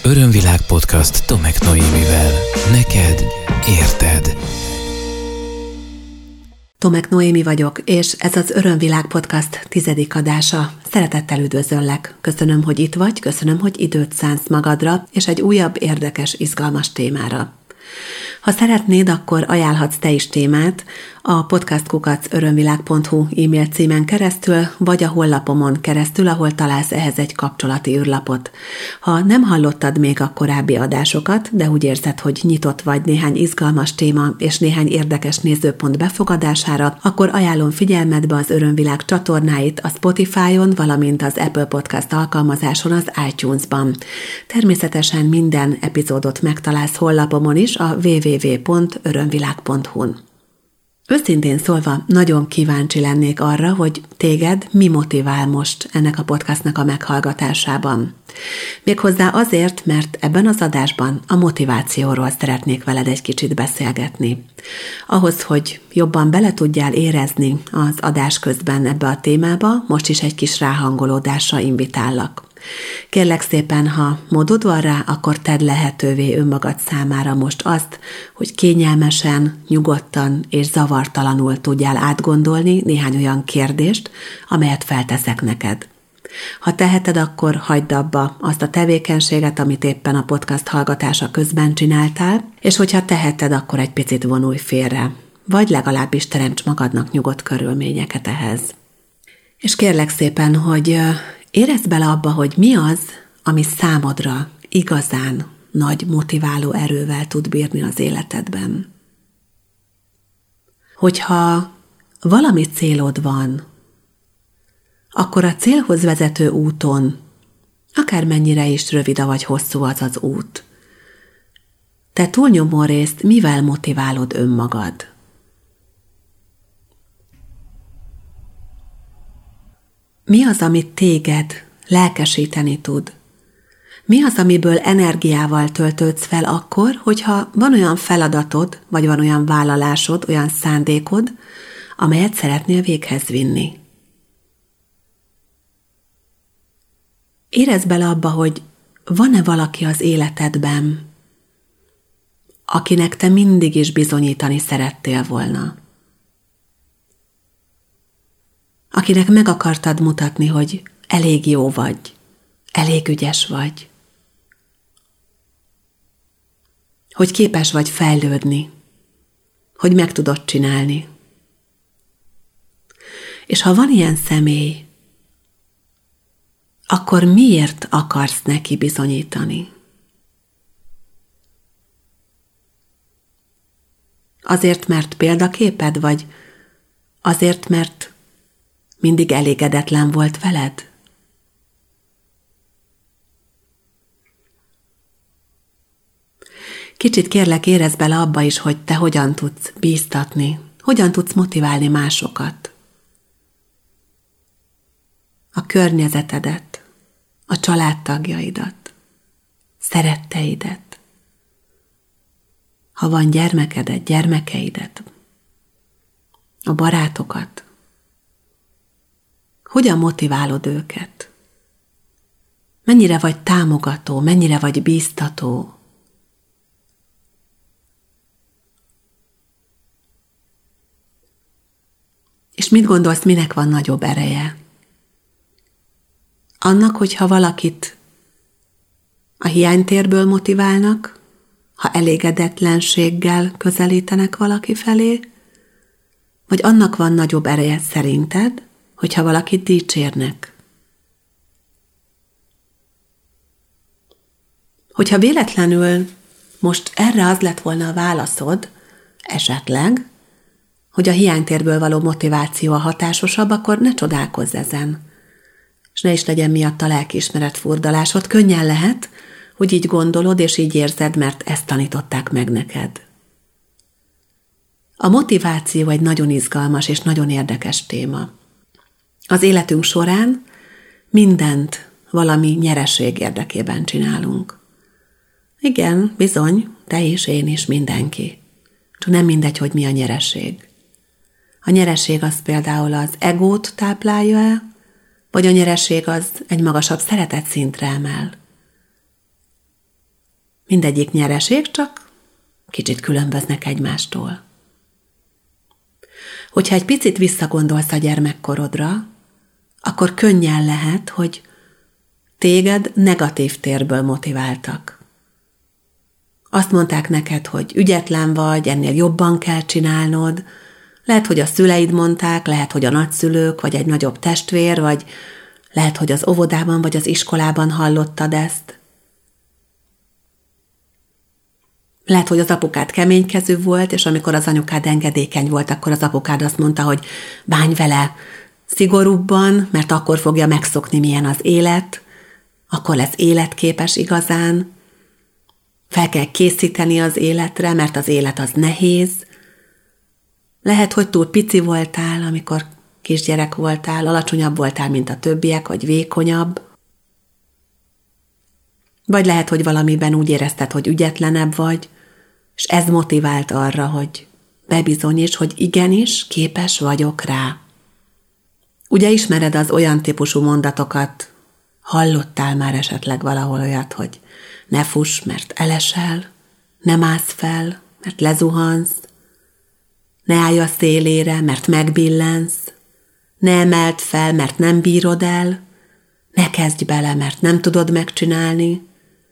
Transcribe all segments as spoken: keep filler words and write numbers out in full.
Örömvilág podcast Tomek Noémivel. Neked érted. Tomek Noémi vagyok, és ez az Örömvilág podcast tizedik adása. Szeretettel üdvözöllek. Köszönöm, hogy itt vagy, köszönöm, hogy időt szánsz magadra, és egy újabb érdekes, izgalmas témára. Ha szeretnéd, akkor ajánlhatsz te is témát a podcast kukac örömvilág pont hu e-mail címen keresztül, vagy a honlapomon keresztül, ahol találsz ehhez egy kapcsolati űrlapot. Ha nem hallottad még a korábbi adásokat, de úgy érzed, hogy nyitott vagy néhány izgalmas téma és néhány érdekes nézőpont befogadására, akkor ajánlom figyelmedbe az Örömvilág csatornáit a Spotify-on, valamint az Apple Podcast alkalmazáson, az iTunes-ban. Természetesen minden epizódot megtalálsz honlapomon is, a double-u double-u double-u pont örömvilág pont hu-n. Őszintén szólva, nagyon kíváncsi lennék arra, hogy téged mi motivál most ennek a podcastnak a meghallgatásában. Méghozzá azért, mert ebben az adásban a motivációról szeretnék veled egy kicsit beszélgetni. Ahhoz, hogy jobban bele tudjál érezni az adás közben ebbe a témába, most is egy kis ráhangolódásra invitállak. Kérlek szépen, ha módod van rá, akkor tedd lehetővé önmagad számára most azt, hogy kényelmesen, nyugodtan és zavartalanul tudjál átgondolni néhány olyan kérdést, amelyet felteszek neked. Ha teheted, akkor hagyd abba azt a tevékenységet, amit éppen a podcast hallgatása közben csináltál, és hogyha teheted, akkor egy picit vonulj félre, vagy legalábbis teremts magadnak nyugodt körülményeket ehhez. És kérlek szépen, hogy érezd bele abba, hogy mi az, ami számodra igazán nagy motiváló erővel tud bírni az életedben. Hogyha valami célod van, akkor a célhoz vezető úton, akármennyire is rövid vagy hosszú az az út, te túlnyomó részt mivel motiválod önmagad? Mi az, amit téged lelkesíteni tud? Mi az, amiből energiával töltődsz fel akkor, hogyha van olyan feladatod, vagy van olyan vállalásod, olyan szándékod, amelyet szeretnél véghez vinni? Érezd bele abba, hogy van-e valaki az életedben, akinek te mindig is bizonyítani szerettél volna? Akinek meg akartad mutatni, hogy elég jó vagy, elég ügyes vagy, hogy képes vagy fejlődni, hogy meg tudod csinálni. És ha van ilyen személy, akkor miért akarsz neki bizonyítani? Azért, mert példaképed, vagy azért, mert mindig elégedetlen volt veled? Kicsit kérlek, érezd bele abba is, hogy te hogyan tudsz bíztatni, hogyan tudsz motiválni másokat. A környezetedet, a családtagjaidat, szeretteidet, ha van gyermekedet, gyermekeidet, a barátokat. Hogyan motiválod őket? Mennyire vagy támogató, mennyire vagy bíztató? És mit gondolsz, minek van nagyobb ereje? Annak, hogyha valakit a hiánytérből motiválnak, ha elégedetlenséggel közelítenek valaki felé, vagy annak van nagyobb ereje szerinted, hogyha valakit dicsérnek. Hogyha véletlenül most erre az lett volna a válaszod, esetleg, hogy a hiánytérből való motiváció a hatásosabb, akkor ne csodálkozz ezen. És ne is legyen miatt a lelkiismeret furdalásod. Könnyen lehet, hogy így gondolod és így érzed, mert ezt tanították meg neked. A motiváció egy nagyon izgalmas és nagyon érdekes téma. Az életünk során mindent valami nyereség érdekében csinálunk. Igen, bizony, te is, én is, mindenki. Csak nem mindegy, hogy mi a nyereség. A nyereség az például az egót táplálja-e, vagy a nyereség az egy magasabb szeretetszintre emel. Mindegyik nyereség, csak kicsit különböznek egymástól. Hogyha egy picit visszagondolsz a gyermekkorodra, akkor könnyen lehet, hogy téged negatív térből motiváltak. Azt mondták neked, hogy ügyetlen vagy, ennél jobban kell csinálnod. Lehet, hogy a szüleid mondták, lehet, hogy a nagyszülők, vagy egy nagyobb testvér, vagy lehet, hogy az óvodában vagy az iskolában hallottad ezt. Lehet, hogy az apukád keménykezű volt, és amikor az anyukád engedékeny volt, akkor az apukád azt mondta, hogy bánj vele szigorúbban, mert akkor fogja megszokni, milyen az élet, akkor lesz életképes igazán. Fel kell készíteni az életre, mert az élet az nehéz. Lehet, hogy túl pici voltál, amikor kisgyerek voltál, alacsonyabb voltál, mint a többiek, vagy vékonyabb. Vagy lehet, hogy valamiben úgy érezted, hogy ügyetlenebb vagy, és ez motivált arra, hogy bebizonyíts, hogy igenis képes vagyok rá. Ugye ismered az olyan típusú mondatokat, hallottál már esetleg valahol olyat, hogy ne fuss, mert elesel, ne mász fel, mert lezuhansz, ne állj a szélére, mert megbillensz, ne emeld fel, mert nem bírod el, ne kezdj bele, mert nem tudod megcsinálni.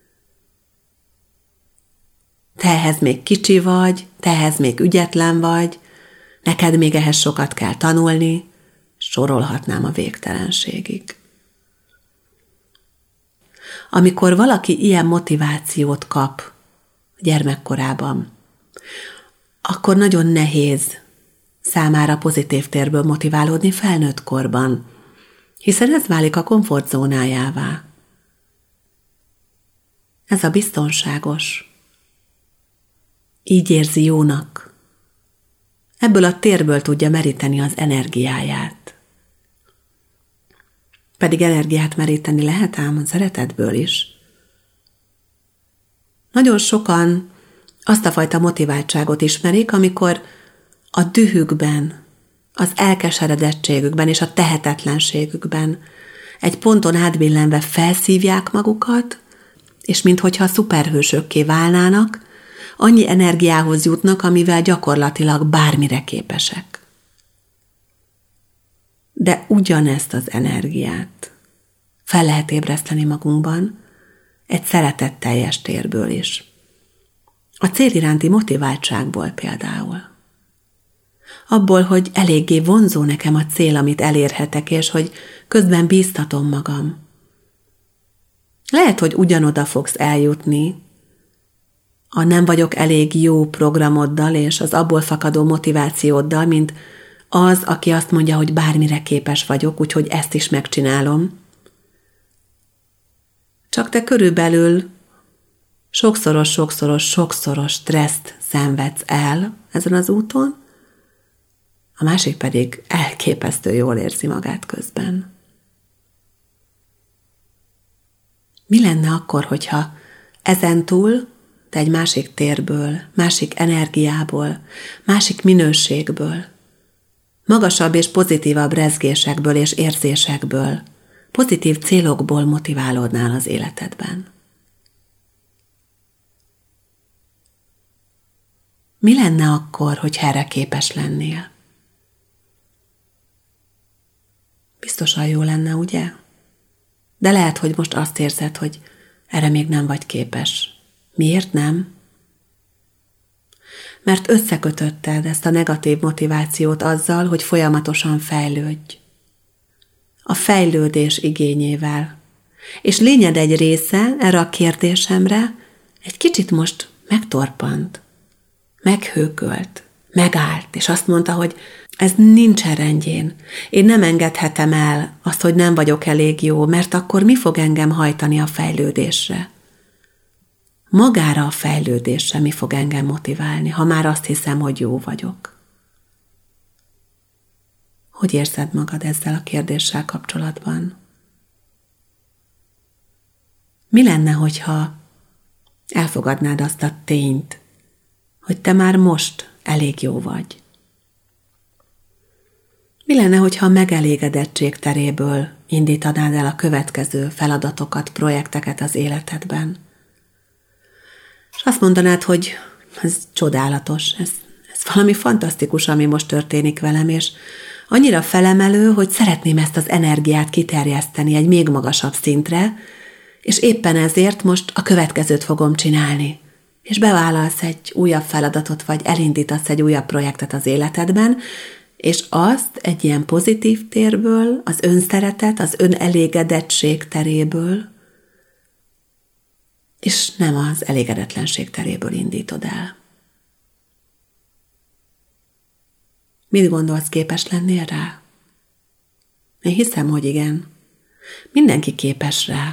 Te ehhez még kicsi vagy, te ehhez még ügyetlen vagy, neked még ehhez sokat kell tanulni, sorolhatnám a végtelenségig. Amikor valaki ilyen motivációt kap gyermekkorában, akkor nagyon nehéz számára pozitív térből motiválódni felnőtt korban, hiszen ez válik a komfortzónájává. Ez a biztonságos. Így érzi jónak. Ebből a térből tudja meríteni az energiáját. Pedig energiát meríteni lehet ám a szeretetből is. Nagyon sokan azt a fajta motiváltságot ismerik, amikor a dühükben, az elkeseredettségükben és a tehetetlenségükben egy ponton átbillenve felszívják magukat, és minthogyha szuperhősökké válnának, annyi energiához jutnak, amivel gyakorlatilag bármire képesek. De ugyanezt az energiát fel lehet ébreszteni magunkban egy szeretetteljes térből is. A cél iránti motiváltságból például. Abból, hogy eléggé vonzó nekem a cél, amit elérhetek, és hogy közben bíztatom magam. Lehet, hogy ugyanoda fogsz eljutni a nem vagyok elég jó programoddal és az abból fakadó motivációddal, mint az, aki azt mondja, hogy bármire képes vagyok, úgyhogy ezt is megcsinálom. Csak te körülbelül sokszoros, sokszoros, sokszoros stresszt szenvedsz el ezen az úton, a másik pedig elképesztő jól érzi magát közben. Mi lenne akkor, hogyha ezentúl te egy másik térből, másik energiából, másik minőségből, magasabb és pozitívabb rezgésekből és érzésekből, pozitív célokból motiválódnál az életedben? Mi lenne akkor, hogy erre képes lennél? Biztosan jó lenne, ugye? De lehet, hogy most azt érzed, hogy erre még nem vagy képes. Miért nem? Mert összekötötted ezt a negatív motivációt azzal, hogy folyamatosan fejlődj. A fejlődés igényével. És lényed egy része erre a kérdésemre egy kicsit most megtorpant, meghőkölt, megállt, és azt mondta, hogy ez nincsen rendjén. Én nem engedhetem el azt, hogy nem vagyok elég jó, mert akkor mi fog engem hajtani a fejlődésre? Magára a fejlődésre mi fog engem motiválni, ha már azt hiszem, hogy jó vagyok? Hogy érzed magad ezzel a kérdéssel kapcsolatban? Mi lenne, hogyha elfogadnád azt a tényt, hogy te már most elég jó vagy? Mi lenne, hogyha a megelégedettség teréből indítanád el a következő feladatokat, projekteket az életedben? És azt mondanád, hogy ez csodálatos, ez, ez valami fantasztikus, ami most történik velem, és annyira felemelő, hogy szeretném ezt az energiát kiterjeszteni egy még magasabb szintre, és éppen ezért most a következőt fogom csinálni. És bevállalsz egy újabb feladatot, vagy elindítasz egy újabb projektet az életedben, és azt egy ilyen pozitív térből, az önszeretet, az önelégedettség teréből, és nem az elégedetlenség teréből indítod el. Mit gondolsz, képes lennél rá? Én hiszem, hogy igen. Mindenki képes rá.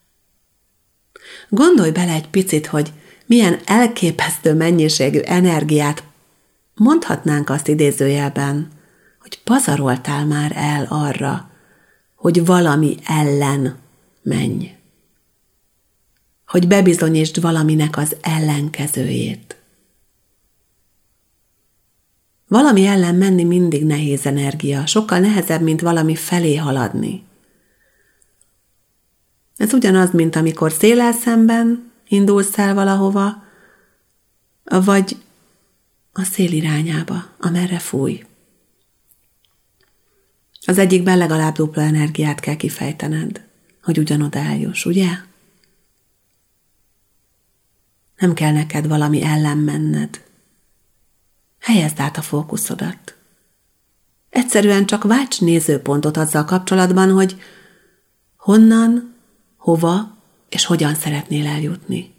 Gondolj bele egy picit, hogy milyen elképesztő mennyiségű energiát, mondhatnánk azt idézőjelben, hogy pazaroltál már el arra, hogy valami ellen menj. Hogy bebizonyítsd valaminek az ellenkezőjét. Valami ellen menni mindig nehéz energia, sokkal nehezebb, mint valami felé haladni. Ez ugyanaz, mint amikor széllel szemben indulsz el valahova, vagy a szél irányába, amerre fúj. Az egyikben legalább dupla energiát kell kifejtened, hogy ugyanoda eljuss, ugye? Nem kell neked valami ellen menned. Helyezd át a fókuszodat. Egyszerűen csak válts nézőpontot azzal kapcsolatban, hogy honnan, hova és hogyan szeretnél eljutni.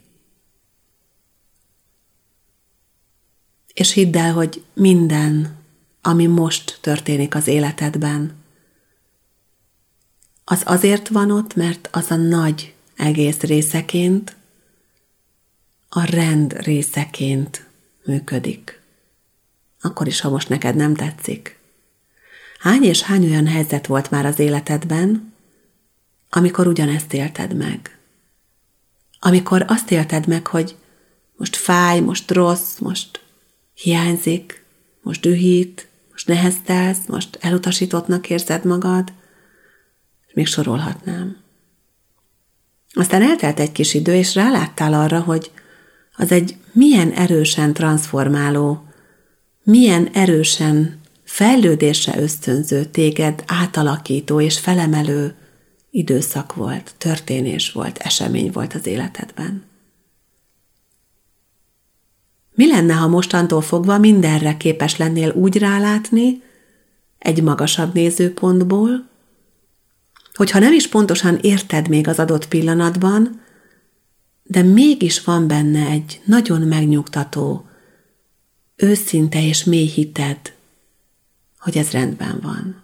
És hidd el, hogy minden, ami most történik az életedben, az azért van ott, mert az a nagy egész részeként, a rend részeként működik. Akkor is, ha most neked nem tetszik. Hány és hány olyan helyzet volt már az életedben, amikor ugyanezt élted meg? Amikor azt élted meg, hogy most fáj, most rossz, most hiányzik, most dühít, most neheztelsz, most elutasítottnak érzed magad, és még sorolhatnám. Aztán eltelt egy kis idő, és ráláttál arra, hogy az egy milyen erősen transformáló, milyen erősen fejlődésre ösztönző, téged átalakító és felemelő időszak volt, történés volt, esemény volt az életedben. Mi lenne, ha mostantól fogva mindenre képes lennél úgy rálátni, egy magasabb nézőpontból, hogyha nem is pontosan érted még az adott pillanatban, de mégis van benne egy nagyon megnyugtató, őszinte és mély hited, hogy ez rendben van.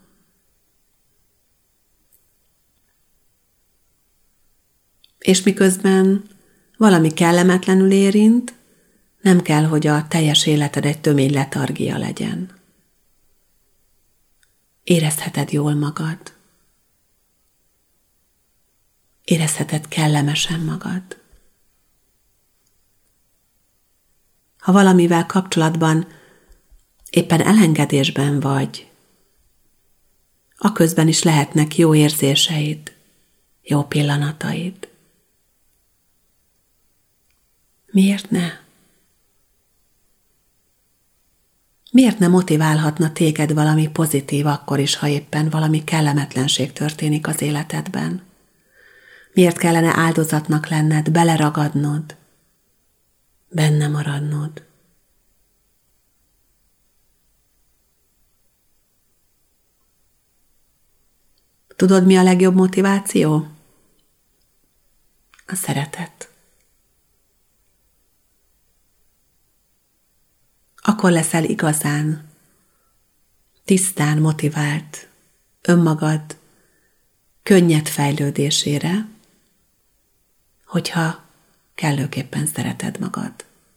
És miközben valami kellemetlenül érint, nem kell, hogy a teljes életed egy tömény letargia legyen. Érezheted jól magad. Érezheted kellemesen magad. Ha valamivel kapcsolatban éppen elengedésben vagy, aközben is lehetnek jó érzéseid, jó pillanataid. Miért ne? Miért ne motiválhatna téged valami pozitív akkor is, ha éppen valami kellemetlenség történik az életedben? Miért kellene áldozatnak lenned, beleragadnod, benne maradnod? Tudod, mi a legjobb motiváció? A szeretet. Akkor leszel igazán, tisztán motivált önmagad könnyed fejlődésére, hogyha kellőképpen szereted magad.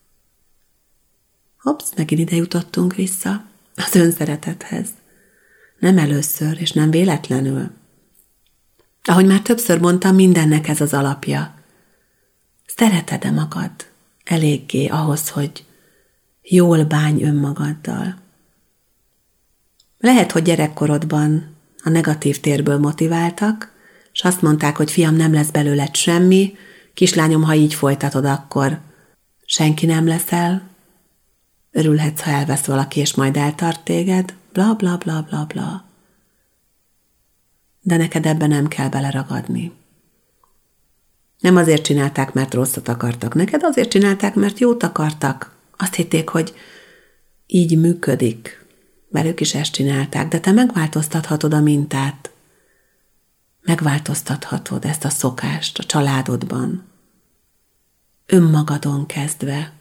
Hopsz, megint ide jutottunk vissza az önszeretethez. Nem először, és nem véletlenül. Ahogy már többször mondtam, mindennek ez az alapja. Szereted-e magad eléggé ahhoz, hogy jól bánj önmagaddal? Lehet, hogy gyerekkorodban a negatív térből motiváltak, és azt mondták, hogy fiam, nem lesz belőled semmi, kislányom, ha így folytatod, akkor senki nem leszel, örülhetsz, ha elvesz valaki, és majd eltart téged, bla bla bla bla bla. De neked ebben nem kell beleragadni. Nem azért csinálták, mert rosszat akartak. Neked azért csinálták, mert jót akartak. Azt hitték, hogy így működik. Mert ők is ezt csinálták, de te megváltoztathatod a mintát. Megváltoztathatod ezt a szokást a családodban. Önmagadon kezdve.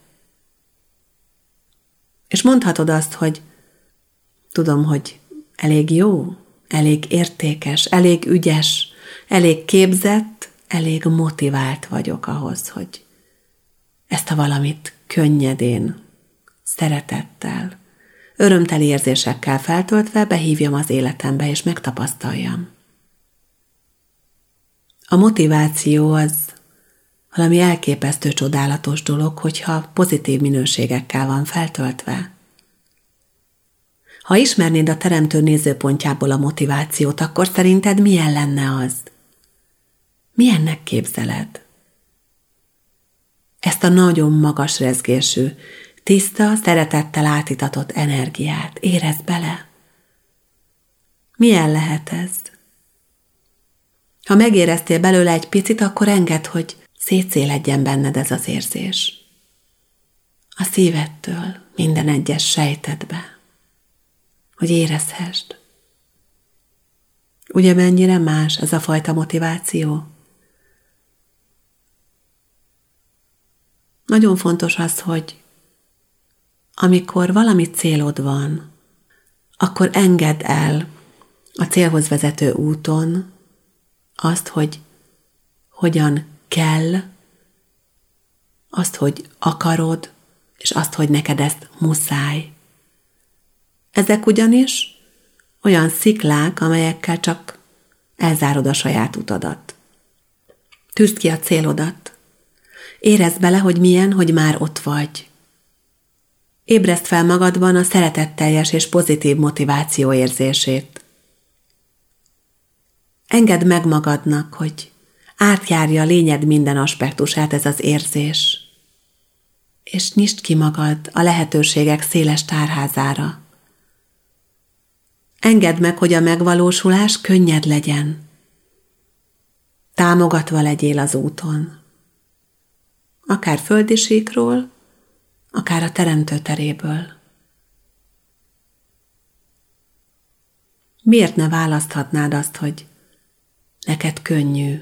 És mondhatod azt, hogy tudom, hogy elég jó, elég értékes, elég ügyes, elég képzett, elég motivált vagyok ahhoz, hogy ezt a valamit könnyedén, szeretettel, örömteli érzésekkel feltöltve behívjam az életembe, és megtapasztaljam. A motiváció az valami elképesztő csodálatos dolog, hogyha pozitív minőségekkel van feltöltve. Ha ismernéd a teremtő nézőpontjából a motivációt, akkor szerinted milyen lenne az? Milyennek képzeled? Ezt a nagyon magas rezgésű, tiszta, szeretettel átitatott energiát érezd bele. Milyen lehet ez? Ha megéreztél belőle egy picit, akkor engedd, hogy szétszéledjen benned ez az érzés. A szívedtől minden egyes sejtedbe, hogy érezhessd. Ugye mennyire más ez a fajta motiváció? Nagyon fontos az, hogy amikor valami célod van, akkor engedd el a célhoz vezető úton azt, hogy hogyan kell, azt, hogy akarod, és azt, hogy neked ezt muszáj. Ezek ugyanis olyan sziklák, amelyekkel csak elzárod a saját utadat. Tűzd ki a célodat. Érezd bele, hogy milyen, hogy már ott vagy. Ébreszd fel magadban a szeretetteljes és pozitív motiváció érzését. Engedd meg magadnak, hogy átjárja a lényed minden aspektusát ez az érzés, és nyisd ki magad a lehetőségek széles tárházára. Engedd meg, hogy a megvalósulás könnyed legyen. Támogatva legyél az úton. Akár földi síkról, akár a teremtő teréből. Miért ne választhatnád azt, hogy neked könnyű?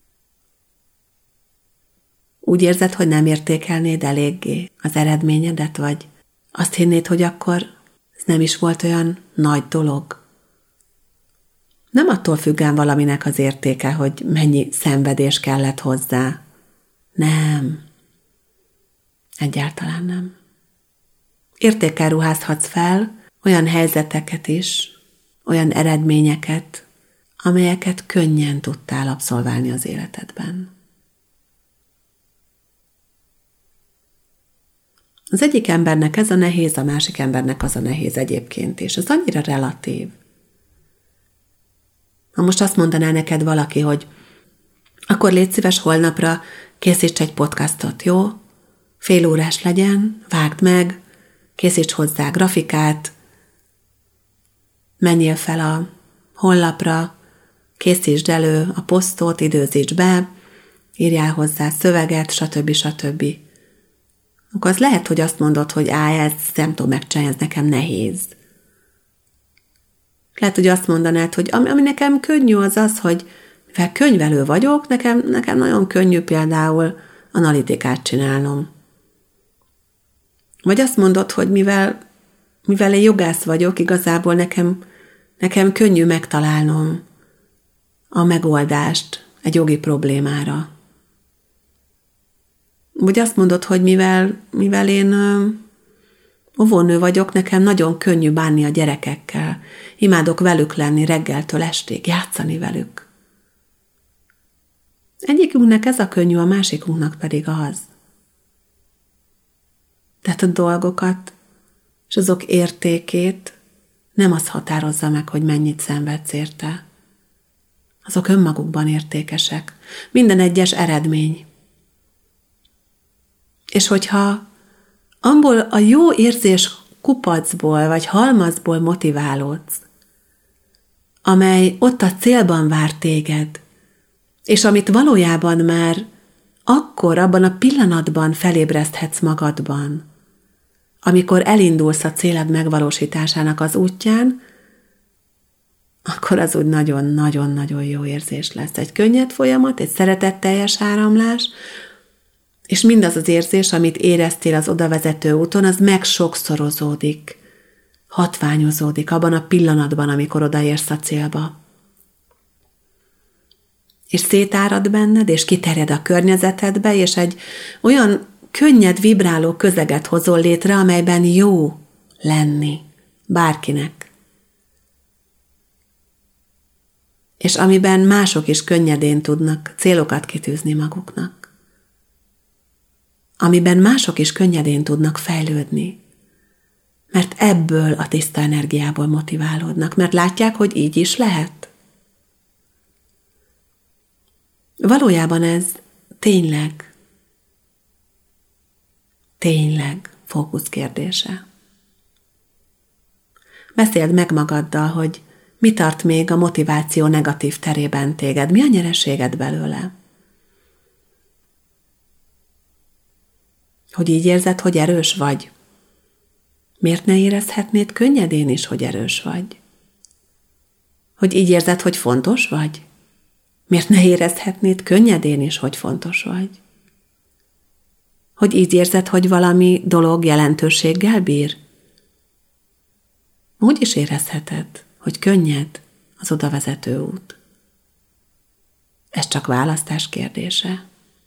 Úgy érzed, hogy nem értékelnéd eléggé az eredményedet, vagy azt hinnéd, hogy akkor ez nem is volt olyan nagy dolog? Nem attól függően valaminek az értéke, hogy mennyi szenvedés kellett hozzá. Nem. Egyáltalán nem. Értékkel ruházhatsz fel olyan helyzeteket is, olyan eredményeket, amelyeket könnyen tudtál abszolválni az életedben. Az egyik embernek ez a nehéz, a másik embernek az a nehéz egyébként, és ez annyira relatív. Ha most azt mondaná neked valaki, hogy akkor légy szíves, holnapra készíts egy podcastot, jó? Fél órás legyen, vágd meg, készíts hozzá grafikát, menjél fel a honlapra, készítsd elő a posztot, időzítsd be, írjál hozzá szöveget, stb. stb. Akkor az lehet, hogy azt mondod, hogy állj, ezt nem tudom megcsinálni, ez nekem nehéz. Lehet, hogy azt mondanád, hogy ami, ami nekem könnyű az az, hogy mivel könyvelő vagyok, nekem, nekem nagyon könnyű például analitikát csinálnom. Vagy azt mondod, hogy mivel, mivel én jogász vagyok, igazából nekem, nekem könnyű megtalálnom a megoldást egy jogi problémára. Vagy azt mondod, hogy mivel, mivel én óvónő vagyok, nekem nagyon könnyű bánni a gyerekekkel. Imádok velük lenni reggeltől estig, játszani velük. Egyikünknek ez a könnyű, a másikunknak pedig az. Tehát a dolgokat és azok értékét nem az határozza meg, hogy mennyit szenvedsz érte. Azok önmagukban értékesek. Minden egyes eredmény. És hogyha abból a jó érzés kupacból vagy halmazból motiválódsz, amely ott a célban vár téged, és amit valójában már akkor, abban a pillanatban felébreszthetsz magadban, amikor elindulsz a céled megvalósításának az útján, akkor az úgy nagyon-nagyon-nagyon jó érzés lesz. Egy könnyed folyamat, egy szeretetteljes áramlás, és mindaz az érzés, amit éreztél az odavezető úton, az megsokszorozódik, hatványozódik abban a pillanatban, amikor odaérsz a célba. És szétárad benned, és kiterjed a környezetedbe, és egy olyan könnyed, vibráló közeget hozol létre, amelyben jó lenni bárkinek. És amiben mások is könnyedén tudnak célokat kitűzni maguknak. Amiben mások is könnyedén tudnak fejlődni. Mert ebből a tiszta energiából motiválódnak, mert látják, hogy így is lehet. Valójában ez tényleg, tényleg fókusz kérdése. Beszéld meg magaddal, hogy mi tart még a motiváció negatív terében téged, mi a nyereséged belőle. Hogy így érzed, hogy erős vagy. Miért ne érezhetnéd könnyedén is, hogy erős vagy? Hogy így érzed, hogy fontos vagy? Miért ne érezhetnéd könnyedén is, hogy fontos vagy? Hogy így érzed, hogy valami dolog jelentőséggel bír? Úgy is érezheted, hogy könnyed az odavezető út. Ez csak választás kérdése.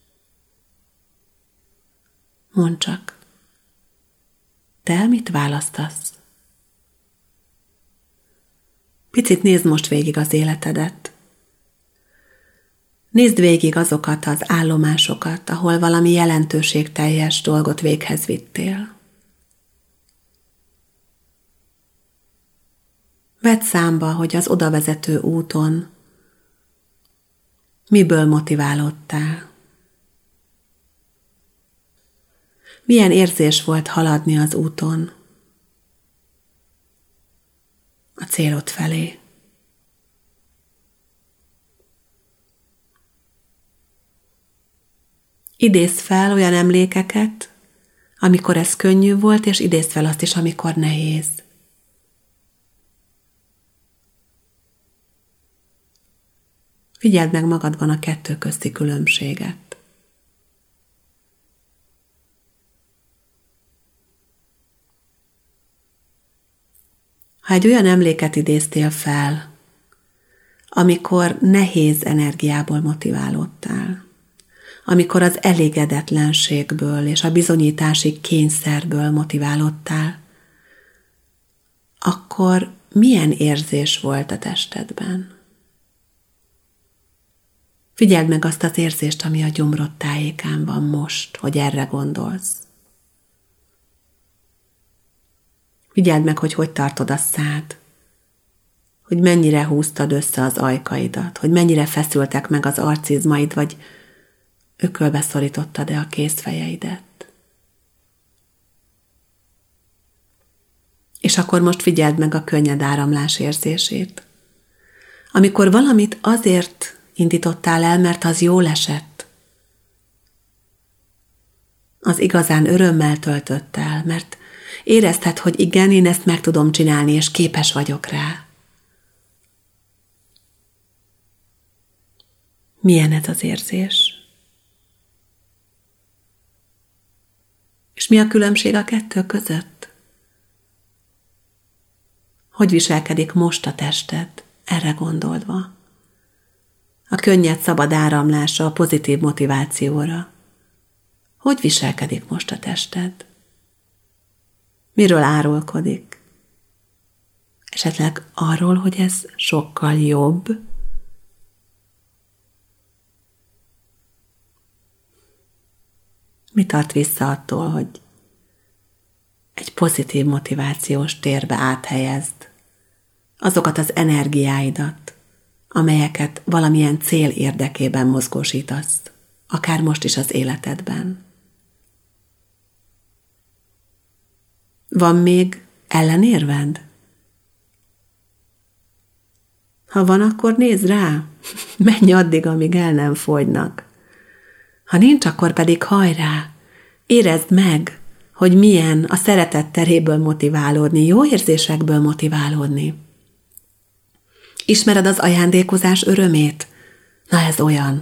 Mondd csak, te mit választasz? Picit nézd most végig az életedet. Nézd végig azokat az állomásokat, ahol valami jelentőségteljes dolgot véghez vittél. Vedd számba, hogy az odavezető úton miből motiválódtál. Milyen érzés volt haladni az úton a célod felé. Idézz fel olyan emlékeket, amikor ez könnyű volt, és idézz fel azt is, amikor nehéz. Figyeld meg magadban a kettő közti különbséget. Ha egy olyan emléket idéztél fel, amikor nehéz energiából motiválódtál, amikor az elégedetlenségből és a bizonyítási kényszerből motiválódtál, akkor milyen érzés volt a testedben? Figyeld meg azt az érzést, ami a gyomrod tájékán van most, hogy erre gondolsz. Figyeld meg, hogy hogy tartod a szád, hogy mennyire húztad össze az ajkaidat, hogy mennyire feszültek meg az arcizmaid, vagy ökölbe szorítottad-e a kézfejeidet. És akkor most figyeld meg a könnyed áramlás érzését. Amikor valamit azért indítottál el, mert az jól esett, az igazán örömmel töltött el, mert érezted, hogy igen, én ezt meg tudom csinálni, és képes vagyok rá. Milyen ez az érzés? És mi a különbség a kettő között? Hogy viselkedik most a tested, erre gondolva? A könnyed, szabad áramlásra, a pozitív motivációra. Hogy viselkedik most a tested? Miről árulkodik? Esetleg arról, hogy ez sokkal jobb? Mi tart vissza attól, hogy egy pozitív motivációs térbe áthelyezd azokat az energiáidat, amelyeket valamilyen cél érdekében mozgósítasz, akár most is az életedben? Van még ellenérved? Ha van, akkor nézd rá, menj addig, amíg el nem fogynak. Ha nincs, akkor pedig hajrá, érezd meg, hogy milyen a szeretet teréből motiválódni, jó érzésekből motiválódni. Ismered az ajándékozás örömét? Na ez olyan.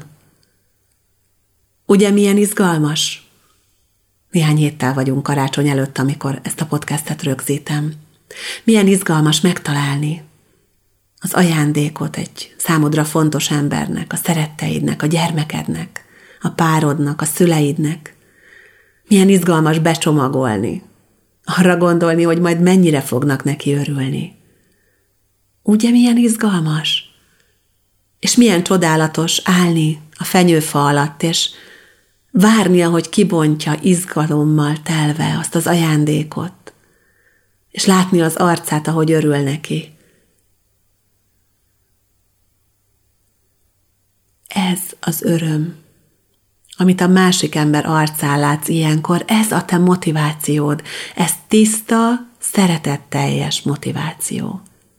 Ugye milyen izgalmas? Néhány héttel vagyunk karácsony előtt, amikor ezt a podcastet rögzítem. Milyen izgalmas megtalálni az ajándékot egy számodra fontos embernek, a szeretteidnek, a gyermekednek, a párodnak, a szüleidnek. Milyen izgalmas becsomagolni, arra gondolni, hogy majd mennyire fognak neki örülni. Ugye milyen izgalmas? És milyen csodálatos állni a fenyőfa alatt, és várni, ahogy kibontja izgalommal telve azt az ajándékot, és látni az arcát, ahogy örül neki. Ez az öröm, amit a másik ember arcán látsz ilyenkor, ez a te motivációd, ez tiszta, szeretetteljes motiváció.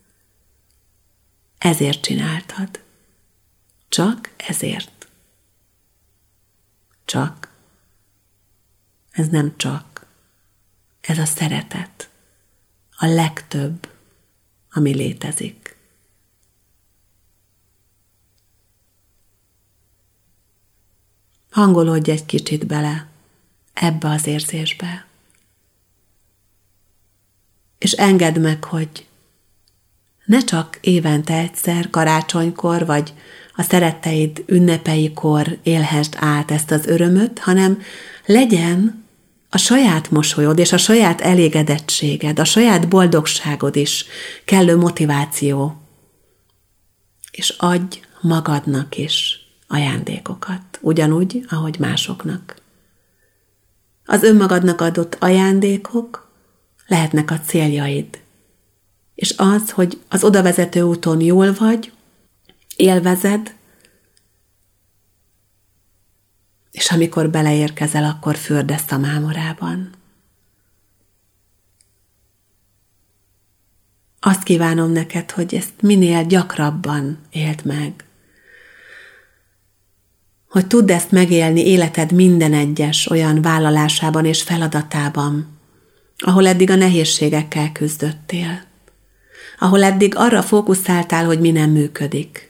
Ezért csináltad. Csak ezért. Csak. Ez nem csak. Ez a szeretet. A legtöbb, ami létezik. Hangolódj egy kicsit bele ebbe az érzésbe. És engedd meg, hogy ne csak évente egyszer, karácsonykor, vagy a szeretteid ünnepeikor élhessd át ezt az örömöt, hanem legyen a saját mosolyod és a saját elégedettséged, a saját boldogságod is kellő motiváció. És adj magadnak is ajándékokat, ugyanúgy, ahogy másoknak. Az önmagadnak adott ajándékok lehetnek a céljaid, és az, hogy az odavezető úton jól vagy, élvezed, és amikor beleérkezel, akkor fürdesz a mámorában. Azt kívánom neked, hogy ezt minél gyakrabban éld meg. Hogy tudd ezt megélni életed minden egyes olyan vállalásában és feladatában, ahol eddig a nehézségekkel küzdöttél, ahol eddig arra fókuszáltál, hogy mi nem működik.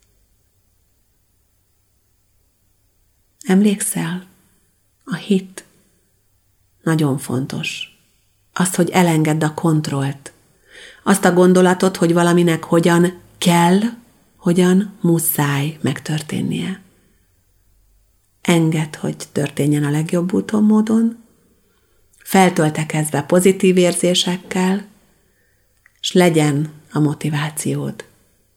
Emlékszel? A hit nagyon fontos. Azt, hogy elengedd a kontrollt. Azt a gondolatot, hogy valaminek hogyan kell, hogyan muszáj megtörténnie. Engedd, hogy történjen a legjobb úton, módon, feltöltekezve pozitív érzésekkel, és legyen a motivációd.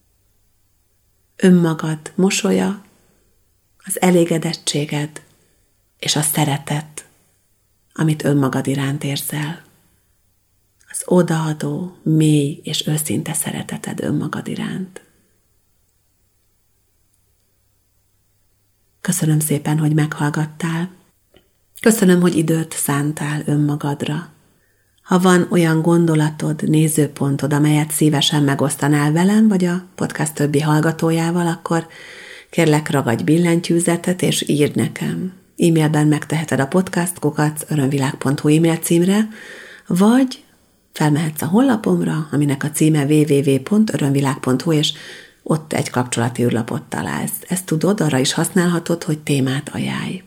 Önmagad mosolya, az elégedettséged és a szeretet, amit önmagad iránt érzel. Az odaadó, mély és őszinte szereteted önmagad iránt. Köszönöm szépen, hogy meghallgattál. Köszönöm, hogy időt szántál önmagadra. Ha van olyan gondolatod, nézőpontod, amelyet szívesen megosztanál velem, vagy a podcast többi hallgatójával, akkor kérlek, ragadj billentyűzetet, és írd nekem. E-mailben megteheted a podcast kukac örömvilág pont hu e-mail címre, vagy felmehetsz a honlapomra, aminek a címe double-u double-u double-u pont örömvilág pont hu, és ott egy kapcsolati űrlapot találsz. Ezt tudod, arra is használhatod, hogy témát ajánlj.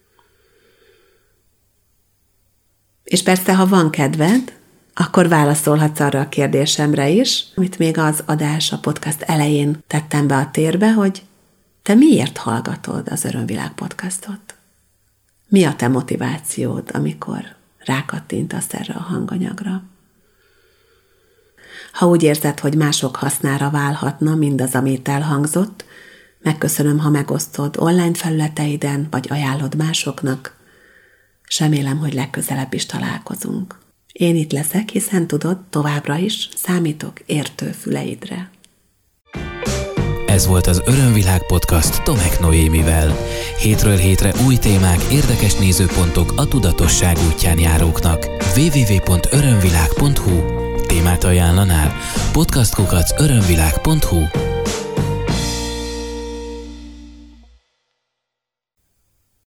És persze, ha van kedved, akkor válaszolhatsz arra a kérdésemre is, amit még az adás, a podcast elején tettem be a térbe, hogy te miért hallgatod az Örömvilág podcastot? Mi a te motivációd, amikor rákattintasz erre a hanganyagra? Ha úgy érzed, hogy mások hasznára válhatna mindaz, amit elhangzott, megköszönöm, ha megosztod online felületeiden, vagy ajánlod másoknak. És remélem, hogy legközelebb is találkozunk. Én itt leszek, hiszen tudod, továbbra is számítok értő füleidre. Ez volt az Örömvilág podcast Tomek Noémivel. Hétről hétre új témák, érdekes nézőpontok a tudatosság útján járóknak. double-u double-u double-u pont örömvilág pont hu Témát ajánlanál? podcast kukac örömvilág pont hu